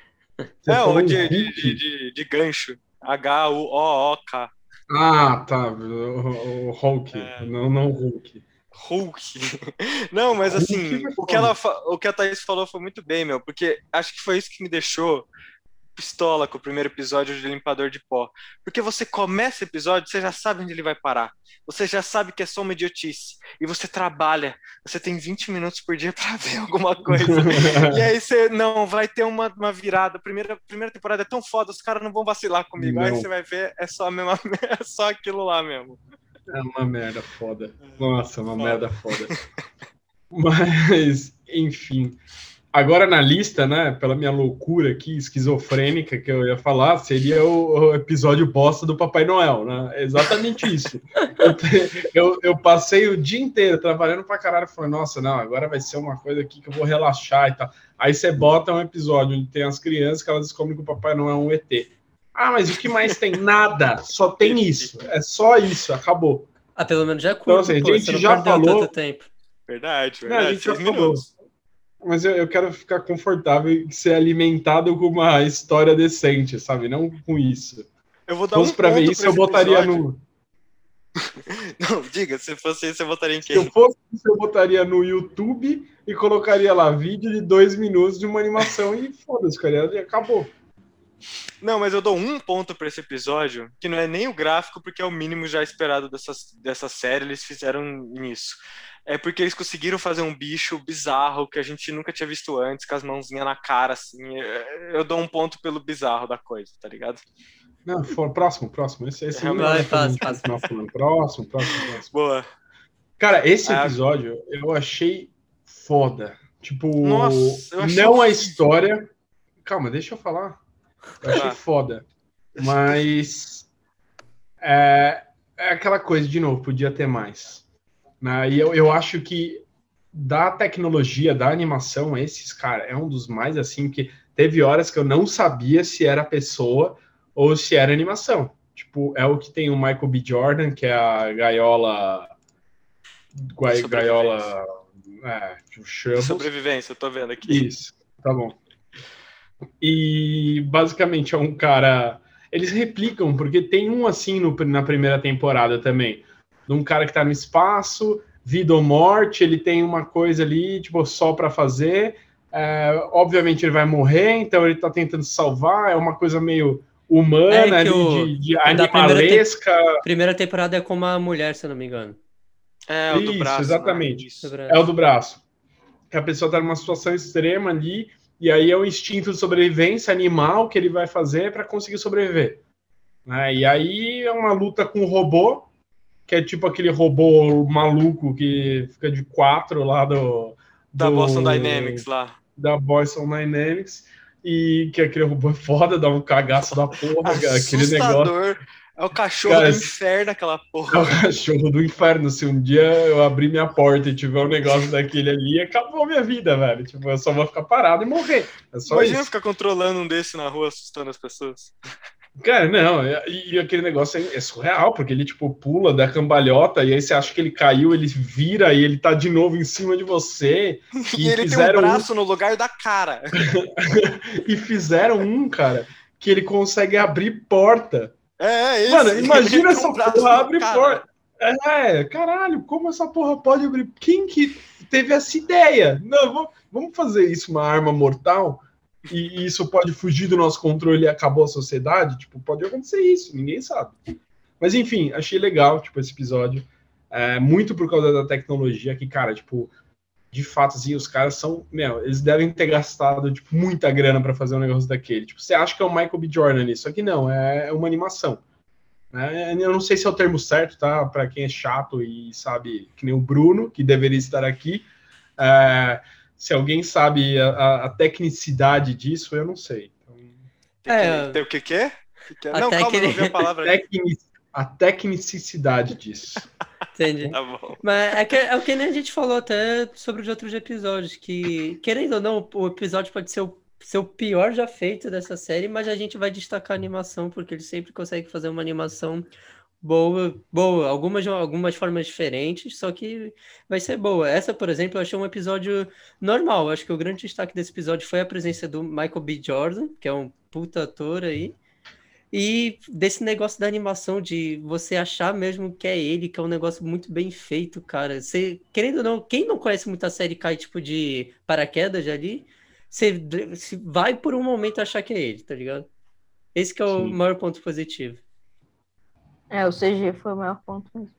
De gancho. H-U-O-O-K. Ah, tá. O Hulk. Não Hulk. Hulk. Não, mas assim, o que a Thaís falou foi muito bem, meu, porque acho que foi isso que me deixou pistola com o primeiro episódio de Limpador de Pó. Porque você começa o episódio, você já sabe onde ele vai parar. Você já sabe que é só uma idiotice. E você trabalha. Você tem 20 minutos por dia pra ver alguma coisa. E aí você, não, vai ter uma virada. Primeira temporada é tão foda, os caras não vão vacilar comigo. Aí Não. você vai ver, é só a mesma, é só aquilo lá mesmo. É uma merda foda. Nossa, uma Foda. merda foda. Mas, enfim. Agora na lista, né, pela minha loucura aqui, esquizofrênica, que eu ia falar, seria o episódio bosta do Papai Noel, né? É exatamente isso. Eu passei o dia inteiro trabalhando pra caralho, falei, nossa, não, agora vai ser uma coisa aqui que eu vou relaxar e tal. Aí você bota um episódio onde tem as crianças que elas descobrem que o Papai Noel é um ET. Ah, mas o que mais tem? Nada, só tem isso. É só isso, acabou. Ah, pelo menos já é curto, Então, assim, a pô, gente você não já perdeu falou- tanto tempo. Verdade, Não, a gente já 6 falou. minutos. Mas eu quero ficar confortável e ser alimentado com uma história decente, sabe? Não com isso. Eu vou Se dar um fosse pra ver ponto isso, pra eu esse botaria episódio. no. Não, diga, se fosse isso, você votaria em Se eu quem? fosse isso, eu botaria no YouTube e colocaria lá vídeo de 2 minutos de uma animação e foda-se, cara. E acabou. Não, mas eu dou um ponto pra esse episódio, que não é nem o gráfico, porque é o mínimo já esperado dessa série, eles fizeram nisso. É porque eles conseguiram fazer um bicho bizarro que a gente nunca tinha visto antes, com as mãozinhas na cara, assim. Eu dou um ponto pelo bizarro da coisa, tá ligado? Não, próximo. Esse Realmente. não Vai, pra gente passa. continuar falando. Próximo. Boa. Cara, esse Ah. episódio eu achei foda. Tipo, Nossa, eu achei não a horrível. história. Calma, deixa eu falar. Eu achei Ah. foda. Mas é aquela coisa, de novo, podia ter mais. Né? E eu acho que da tecnologia, da animação, esses, cara, é um dos mais assim, que teve horas que eu não sabia se era pessoa ou se era animação. Tipo, é o que tem o Michael B. Jordan, que é a gaiola. Gaiola. O Shambles. Sobrevivência, eu tô vendo aqui. Isso, tá bom. E basicamente é um cara. Eles replicam, porque tem um assim na primeira temporada também. De um cara que tá no espaço, vida ou morte, ele tem uma coisa ali, tipo, só pra fazer. Obviamente ele vai morrer, então ele tá tentando se salvar, é uma coisa meio humana É que ali, de da primeira animalesca. Primeira temporada é com uma mulher, se eu não me engano. É, o do Isso, braço. exatamente. Né? Isso. É o do braço. Que a pessoa tá numa situação extrema ali, e aí é o instinto de sobrevivência animal que ele vai fazer para conseguir sobreviver. Né? E aí é uma luta com o robô, que é tipo aquele robô maluco que fica de 4 lá Da Boston Dynamics lá. Da Boston Dynamics, e que aquele robô é foda, dá um cagaço da porra, aquele negócio. Assustador. É o cachorro Cara, do inferno, aquela É porra. o cachorro do inferno. Se um dia eu abrir minha porta e tiver um negócio daquele ali, acabou minha vida, velho. Tipo, eu só vou ficar parado e morrer. É só Imagina isso. ficar controlando um desse na rua, assustando as pessoas. Cara, não, e aquele negócio é surreal, porque ele, tipo, pula da cambalhota e aí você acha que ele caiu, ele vira e ele tá de novo em cima de você. E ele tem um braço no lugar da cara. E fizeram cara, que ele consegue abrir porta. É isso. Mano, imagina Ele tem essa braço porra no abre cara. porta. Caralho, como essa porra pode abrir? Quem que teve essa ideia? Não, vamos fazer isso uma arma mortal e isso pode fugir do nosso controle e acabou a sociedade? Tipo, pode acontecer isso, ninguém sabe. Mas enfim, achei legal, tipo, esse episódio. Muito por causa da tecnologia que, cara, tipo, de fato, assim, os caras são, eles devem ter gastado, tipo, muita grana pra fazer um negócio daquele. Tipo, você acha que é o Michael B. Jordan nisso? Só que não, é uma animação. Eu não sei se é o termo certo, tá? Pra quem é chato e sabe, que nem o Bruno, que deveria estar aqui. Se alguém sabe a tecnicidade disso, eu não sei. Tem o que é? Não, calma, eu não vi a palavra. A tecnicidade disso. Entendi. Tá bom. Mas é o que nem a gente falou até sobre os outros episódios, que, querendo ou não, o episódio pode ser o pior já feito dessa série, mas a gente vai destacar a animação, porque ele sempre consegue fazer uma animação boa, algumas formas diferentes, só que vai ser boa. Essa, por exemplo, eu achei um episódio normal. Acho que o grande destaque desse episódio foi a presença do Michael B. Jordan, que é um puta ator aí, e desse negócio da animação, de você achar mesmo que é ele, que é um negócio muito bem feito, cara. Você, querendo ou não, quem não conhece muito a série cai tipo de paraquedas ali, você vai por um momento achar que é ele, tá ligado? Esse que é o Sim. maior ponto positivo. O CG foi o maior ponto mesmo.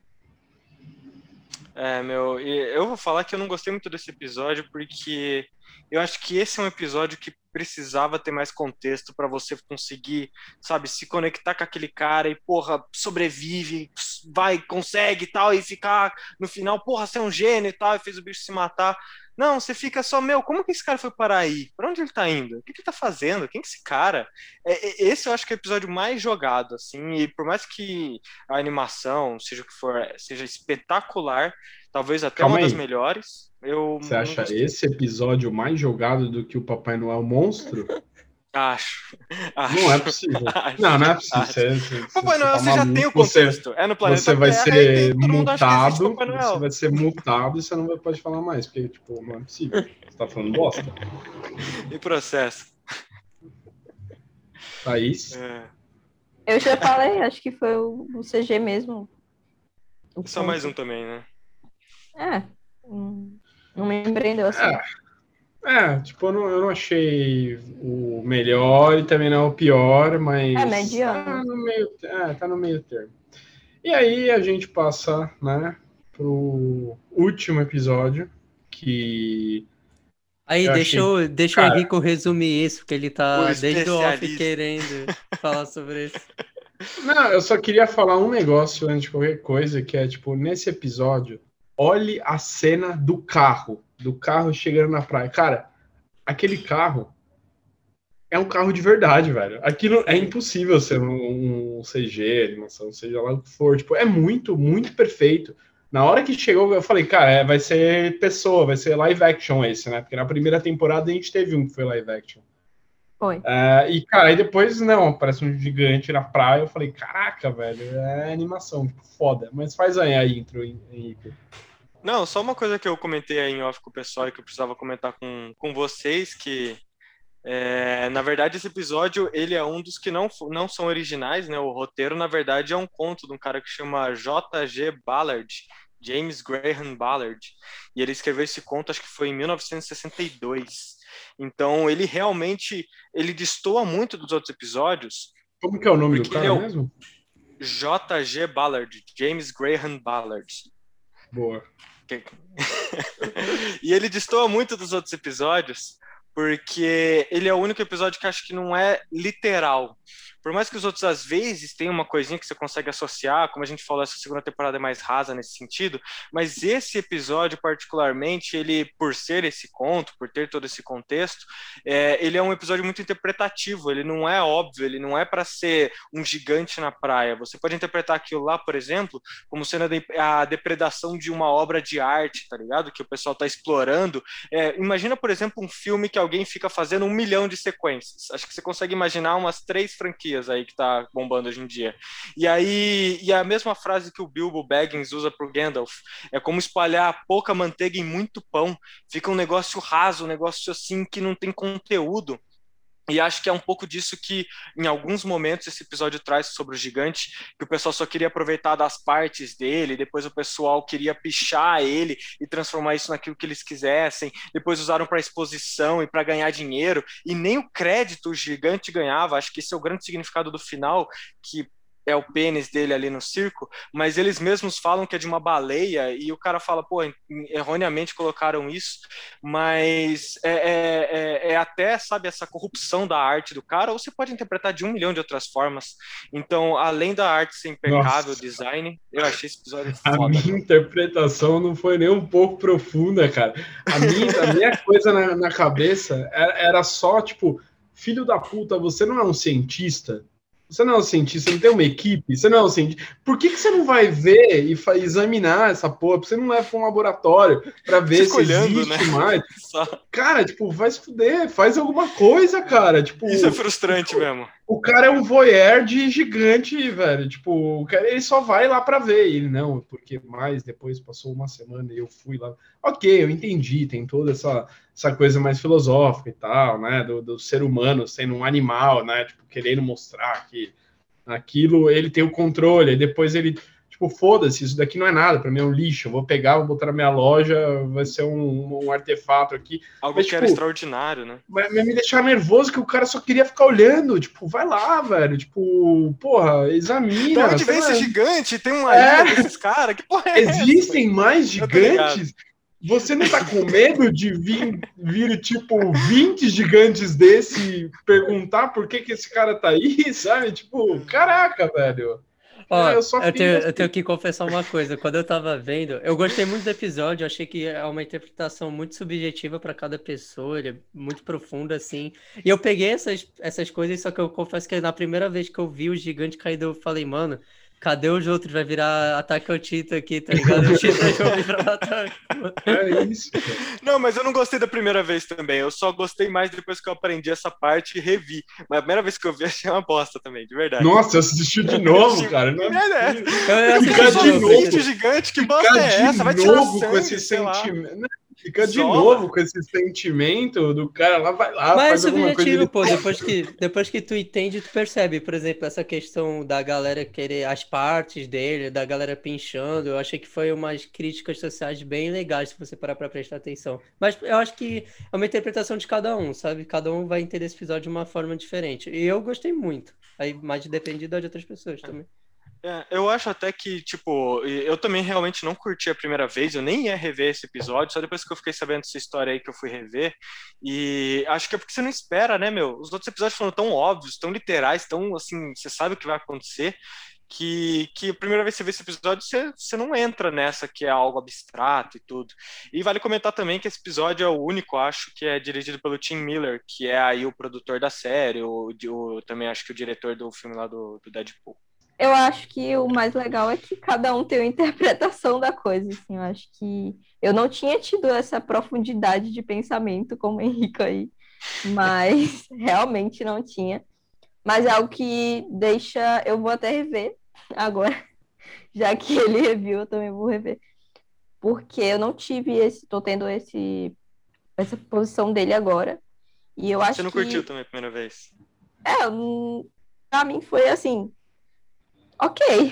E eu vou falar que eu não gostei muito desse episódio porque eu acho que esse é um episódio que precisava ter mais contexto pra você conseguir, sabe, se conectar com aquele cara e, porra, sobrevive, vai, consegue e tal, e ficar no final, porra, você é um gênio e tal, e fez o bicho se matar. Não, você fica só, meu, como que esse cara foi parar aí? Pra onde ele tá indo? O que que ele tá fazendo? Quem que é esse cara? Esse eu acho que é o episódio mais jogado, assim, e por mais que a animação, seja o que for, seja espetacular, talvez até Calma uma das aí. melhores, eu Você não acha gostei. esse episódio mais jogado do que o Papai Noel Monstro? Acho, Não é acho, possível. Não, acho, não é possível. acho. Papai Você Noel, tá você já tem maluco. o contexto. É no Você planeta vai Terra e ser todo mundo acha que existe multado. Papai Você Noel. vai ser multado e você não pode falar mais. Porque, tipo, não é possível. Você tá falando bosta. E processo. Thaís? Eu já falei, acho que foi o CG mesmo. Só mais um também, né? Não me empreendeu assim. Tipo, eu não achei o melhor e também não o pior, mas Mediano. tá no meio termo. E aí a gente passa, né, pro último episódio, que Aí, eu deixa achei, o cara, Henrico resumir isso, porque ele O tá desde o off especialista. querendo falar sobre isso. não, eu só queria falar um negócio antes de qualquer coisa, que é, tipo, nesse episódio, olhe a cena do carro chegando na praia. Cara, aquele carro é um carro de verdade, velho. Aquilo é impossível ser um CG, animação, seja lá o que for. Tipo, é muito, muito perfeito. Na hora que chegou, eu falei, cara, vai ser pessoa, vai ser live action esse, né? Porque na primeira temporada a gente teve um que foi live action. Foi. E, cara, aí depois, não, aparece um gigante na praia. Eu falei, caraca, velho, é animação, tipo, foda. Mas faz aí a intro, Henrique. Não, só uma coisa que eu comentei aí em off com o pessoal e que eu precisava comentar com vocês, que na verdade esse episódio ele é um dos que não são originais, né? O roteiro, na verdade, é um conto de um cara que chama J.G. Ballard, James Graham Ballard, e ele escreveu esse conto, acho que foi em 1962. Então ele realmente ele destoa muito dos outros episódios, Como que é o nome do porque ele cara é o mesmo? J.G. Ballard, James Graham Ballard. Boa. E ele destoa muito dos outros episódios, porque ele é o único episódio que acho que não é literal. Por mais que os outros, às vezes, tenham uma coisinha que você consegue associar, como a gente falou, essa segunda temporada é mais rasa nesse sentido, mas esse episódio, particularmente, ele, por ser esse conto, por ter todo esse contexto, ele é um episódio muito interpretativo, ele não é óbvio, ele não é para ser um gigante na praia. Você pode interpretar aquilo lá, por exemplo, como sendo a depredação de uma obra de arte, tá ligado? Que o pessoal tá explorando. Imagina, por exemplo, um filme que alguém fica fazendo 1 milhão de sequências. Acho que você consegue imaginar umas 3 franquias aí que tá bombando hoje em dia. E a mesma frase que o Bilbo Baggins usa pro Gandalf, é como espalhar pouca manteiga em muito pão. Fica um negócio raso, um negócio assim que não tem conteúdo. E acho que é um pouco disso que, em alguns momentos, esse episódio traz sobre o gigante, que o pessoal só queria aproveitar das partes dele, depois o pessoal queria pichar ele e transformar isso naquilo que eles quisessem, depois usaram para exposição e para ganhar dinheiro, e nem o crédito o gigante ganhava. Acho que esse é o grande significado do final, que é o pênis dele ali no circo, mas eles mesmos falam que é de uma baleia, e o cara fala, pô, erroneamente colocaram isso, mas até, sabe, essa corrupção da arte do cara, ou você pode interpretar de 1 milhão de outras formas. Então, além da arte ser impecável, Nossa. design, eu achei esse episódio A foda. minha interpretação não foi nem um pouco profunda, cara. A minha coisa na cabeça era só, tipo, filho da puta, você não é um cientista? Você não é um cientista, não tem uma equipe, você não é um cientista. Por que você não vai ver e examinar essa porra? Você não leva para um laboratório para ver se existe, né? Mais? Cara, tipo, vai se fuder, faz alguma coisa, cara. Tipo, isso é frustrante mesmo. O cara é um voyeur de gigante, velho. Tipo, o cara, ele só vai lá para ver. Ele não, porque mais depois passou uma semana e eu fui lá. Ok, eu entendi, tem toda essa coisa mais filosófica e tal, né? Do ser humano sendo um animal, né? Tipo, querendo mostrar que aquilo ele tem o controle. E depois ele, Tipo, foda-se, isso daqui não é nada, para mim é um lixo. Eu vou pegar, vou botar na minha loja, vai ser um artefato aqui. Algo Mas, que tipo, era extraordinário, né? Mas me deixava nervoso que o cara só queria ficar olhando. Tipo, vai lá, velho. Tipo, porra, Da examina. onde sei vem lá. esse gigante? Tem uma ilha desses caras? Que porra é essa? Existem mais Eu tô ligado. gigantes? Você não tá com medo de vir tipo, 20 gigantes desse e perguntar por que esse cara tá aí, sabe? Tipo, caraca, velho. Ó, Eu só eu tenho que confessar uma coisa. Quando eu tava vendo, eu gostei muito do episódio, eu achei que é uma interpretação muito subjetiva para cada pessoa, ele é muito profundo, assim. E eu peguei essas coisas, só que eu confesso que na primeira vez que eu vi o gigante caído, eu falei, mano, cadê os outros? Vai virar Ataque ao Tito aqui, tá ligado? Os Titãs vão vir pra matar. É isso. Não, mas eu não gostei da primeira vez também. Eu só gostei mais depois que eu aprendi essa parte e revi. Mas a primeira vez que eu vi, achei uma bosta também, de verdade. Nossa, eu assisti de novo, cara. Não É, é possível. Eu assisti Ficar de de novo, novo. Gente gigante, que bosta Ficar é de essa? Vai tirar novo sangue, com esse sei lá. sentimento. Ficar de Isola. novo com esse sentimento do cara lá, vai lá, Mas é faz alguma coisa. subjetivo, pô, depois que tu entende, tu percebe, por exemplo, essa questão da galera querer as partes dele, da galera pinchando, eu achei que foi umas críticas sociais bem legais, se você parar pra prestar atenção. Mas eu acho que é uma interpretação de cada um, sabe? Cada um vai entender esse episódio de uma forma diferente. E eu gostei muito, aí, mas depende de outras pessoas também. Eu acho até que, tipo, eu também realmente não curti a primeira vez, eu nem ia rever esse episódio, só depois que eu fiquei sabendo dessa história aí que eu fui rever, e acho que é porque você não espera, né, meu? Os outros episódios foram tão óbvios, tão literais, tão, assim, você sabe o que vai acontecer, que a primeira vez que você vê esse episódio, você não entra nessa que é algo abstrato e tudo. E vale comentar também que esse episódio é o único, acho, que é dirigido pelo Tim Miller, que é aí o produtor da série, também acho que o diretor do filme lá do Deadpool. Eu acho que o mais legal é que cada um tem uma interpretação da coisa, assim, eu acho que eu não tinha tido essa profundidade de pensamento como o Henrique aí, mas realmente não tinha. Mas é algo que deixa, eu vou até rever agora, já que ele reviu, eu também vou rever. Porque eu não tive tô tendo essa posição dele agora. E eu acho Você não que, curtiu também a primeira vez? Pra mim foi assim, ok.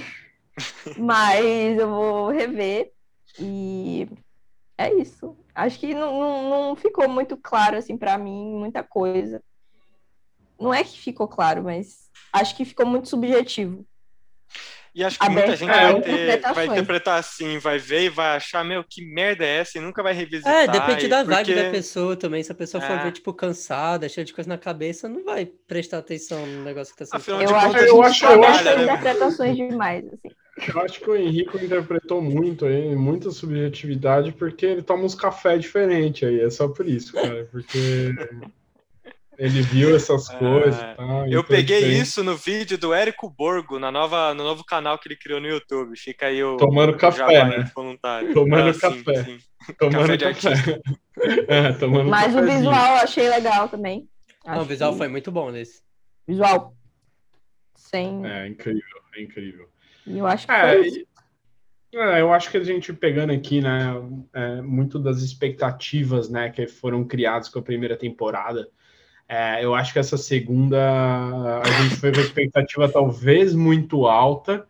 Mas eu vou rever e é isso. Acho que não ficou muito claro, assim, pra mim, muita coisa. Não é que ficou claro, mas acho que ficou muito subjetivo. E acho que muita gente vai interpretações. interpretar assim, vai ver e vai achar, meu, que merda é essa? E nunca vai revisitar. Depende da vibe porque... da pessoa também. Se a pessoa for ver, tipo, cansada, cheia de coisa na cabeça, não vai prestar atenção no negócio que tá sendo Afinal feito. de Eu acho contas, que a eu gente acho- trabalha, tem né? interpretações demais, assim. Eu acho que o Henrique interpretou muito aí, muita subjetividade, porque ele toma uns café diferente aí, é só por isso, cara, porque ele viu essas coisas e tal. Eu então é peguei diferente. isso no vídeo do Érico Borgo, no novo canal que ele criou no YouTube. Fica aí Tomando o café, jabá né? voluntário. Tomando Sim, café. sim. Tomando Café de café. artista. Tomando Mas o cafezinho. visual eu achei legal também. Não, o Acho visual que foi muito bom nesse. visual sem. É incrível, é incrível. E eu acho que foi isso. Eu acho que a gente pegando aqui, né, muito das expectativas, né, que foram criadas com a primeira temporada, eu acho que essa segunda a gente foi com a expectativa talvez muito alta,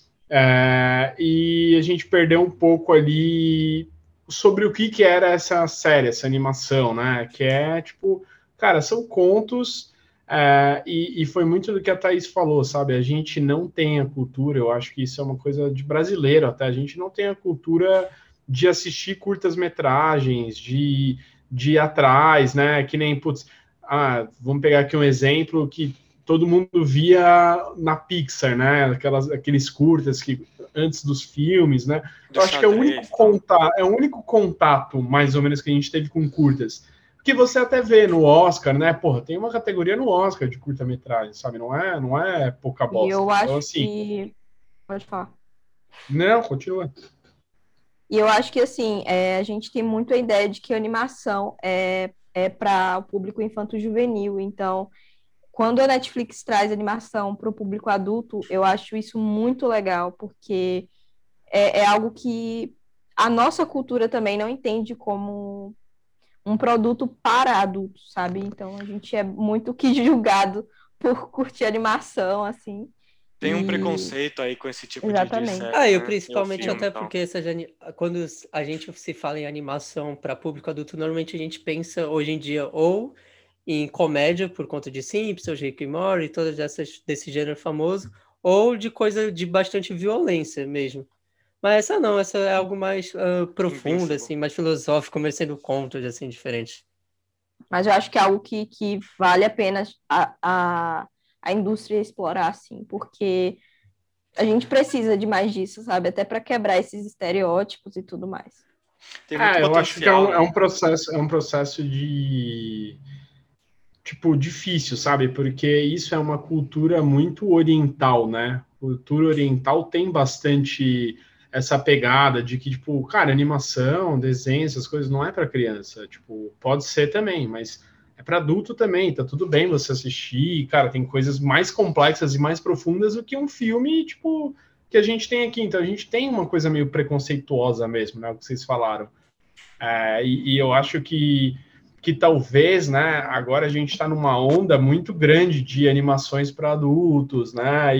e a gente perdeu um pouco ali sobre o que era essa série, essa animação, né, que é tipo, cara, são contos. E foi muito do que a Thaís falou, sabe? A gente não tem a cultura, eu acho que isso é uma coisa de brasileiro até, a gente não tem a cultura de assistir curtas-metragens, de ir atrás, né? Que nem, putz, vamos pegar aqui um exemplo que todo mundo via na Pixar, né? Aqueles curtas que antes dos filmes, né? Eu acho que é o único contato, mais ou menos, que a gente teve com curtas. Que você até vê no Oscar, né? Porra, tem uma categoria no Oscar de curta-metragem, sabe? Não é pouca bosta. E eu acho então, assim, que. Pode falar. Não, continua. E eu acho que, assim, a gente tem muito a ideia de que a animação é para o público infanto-juvenil. Então, quando a Netflix traz animação para o público adulto, eu acho isso muito legal, porque é algo que a nossa cultura também não entende como um produto para adultos, sabe? Então, a gente é muito que julgado por curtir animação, assim. Tem um E- preconceito aí com esse tipo de Exatamente. série, Eu né? principalmente E o filme, até então. porque quando a gente se fala em animação para público adulto, normalmente a gente pensa hoje em dia ou em comédia por conta de Simpsons, Rick e Morty, todas desse gênero famoso, ou de coisa de bastante violência mesmo. Mas essa não, essa é algo mais profundo, Invincible. assim, mais filosófico, mas sendo contos assim diferentes. Mas eu acho que é algo que vale a pena a indústria explorar, assim, porque a gente precisa de mais disso, sabe? Até para quebrar esses estereótipos e tudo mais. Tem muito Eu acho que é potencial, né? é um processo de tipo difícil, sabe? Porque isso é uma cultura muito oriental, né? Cultura oriental tem bastante essa pegada de que, tipo, cara, animação, desenho, essas coisas não é para criança. Tipo, pode ser também, mas é para adulto também. Tá tudo bem você assistir. Cara, tem coisas mais complexas e mais profundas do que um filme, tipo, que a gente tem aqui. Então a gente tem uma coisa meio preconceituosa mesmo, né? O que vocês falaram. E eu acho que talvez, né, agora a gente está numa onda muito grande de animações para adultos, né,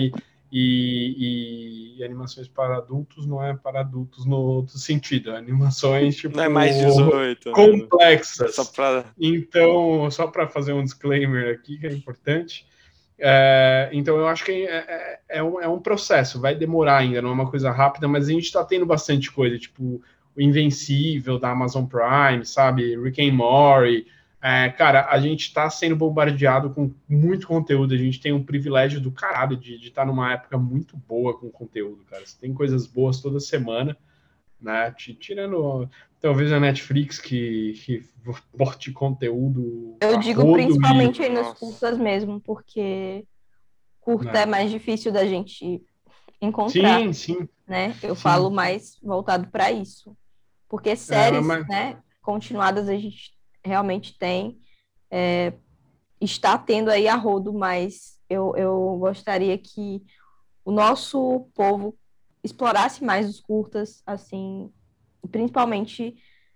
e animações para adultos não é para adultos no outro sentido, animações, tipo, Não é mais 18, né? complexas. Só pra... Então, só para fazer um disclaimer aqui, que é importante, então eu acho que é um processo, vai demorar ainda, não é uma coisa rápida, mas a gente está tendo bastante coisa, tipo o Invencível da Amazon Prime, sabe, Rick and Morty, cara, a gente está sendo bombardeado com muito conteúdo, a gente tem um privilégio do caralho de estar numa época muito boa com conteúdo, cara, você tem coisas boas toda semana, né, tirando talvez a Netflix que bote conteúdo Eu a digo rodo principalmente aí nas Nossa. curtas mesmo, porque curta é mais difícil da gente encontrar, Sim. né? Eu Sim. falo mais voltado para isso. Porque séries, né, continuadas a gente realmente tem, está tendo aí a rodo, mas eu gostaria que o nosso povo explorasse mais os curtas, assim, principalmente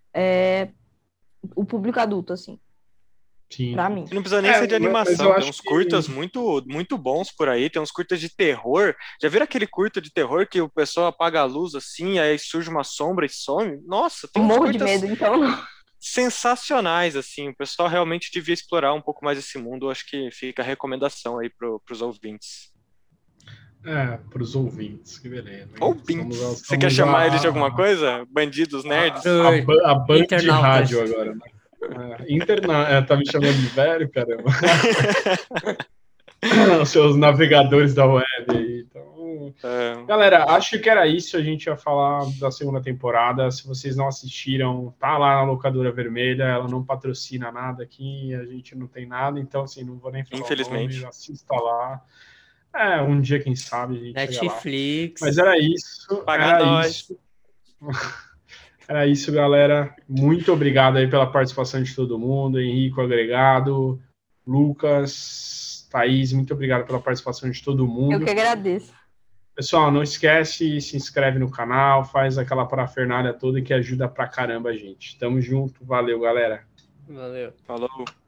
o público adulto, assim, Sim. para mim. Não precisa nem ser de Mas eu animação, tem acho uns que curtas muito, muito bons por aí, tem uns curtas de terror. Já viram aquele curta de terror que o pessoal apaga a luz assim, aí surge uma sombra e some? Nossa, tem Eu uns morro de curtas medo, então não. sensacionais, assim. O pessoal realmente devia explorar um pouco mais esse mundo. Eu acho que fica a recomendação aí pros ouvintes. para os ouvintes, que beleza. Hein? Ouvintes! Você quer chamar eles de alguma coisa? Bandidos, nerds? A Band de Internautas. rádio agora, né? Tá me chamando de velho, caramba. Os seus navegadores da web aí. Então, galera, acho que era isso. A gente ia falar da segunda temporada. Se vocês não assistiram, tá lá na locadora vermelha. Ela não patrocina nada aqui. A gente não tem nada. Então, assim, não vou nem falar Infelizmente. o nome. Assista lá. Um dia, quem sabe, a gente chega lá. Netflix. Mas era isso. Paga nós. Era isso, galera. Muito obrigado aí pela participação de todo mundo. Henrique, agregado, Lucas, Thaís, muito obrigado pela participação de todo mundo. Eu que agradeço. Pessoal, não esquece, se inscreve no canal, faz aquela parafernália toda que ajuda pra caramba a gente. Tamo junto, valeu, galera. Valeu. Falou.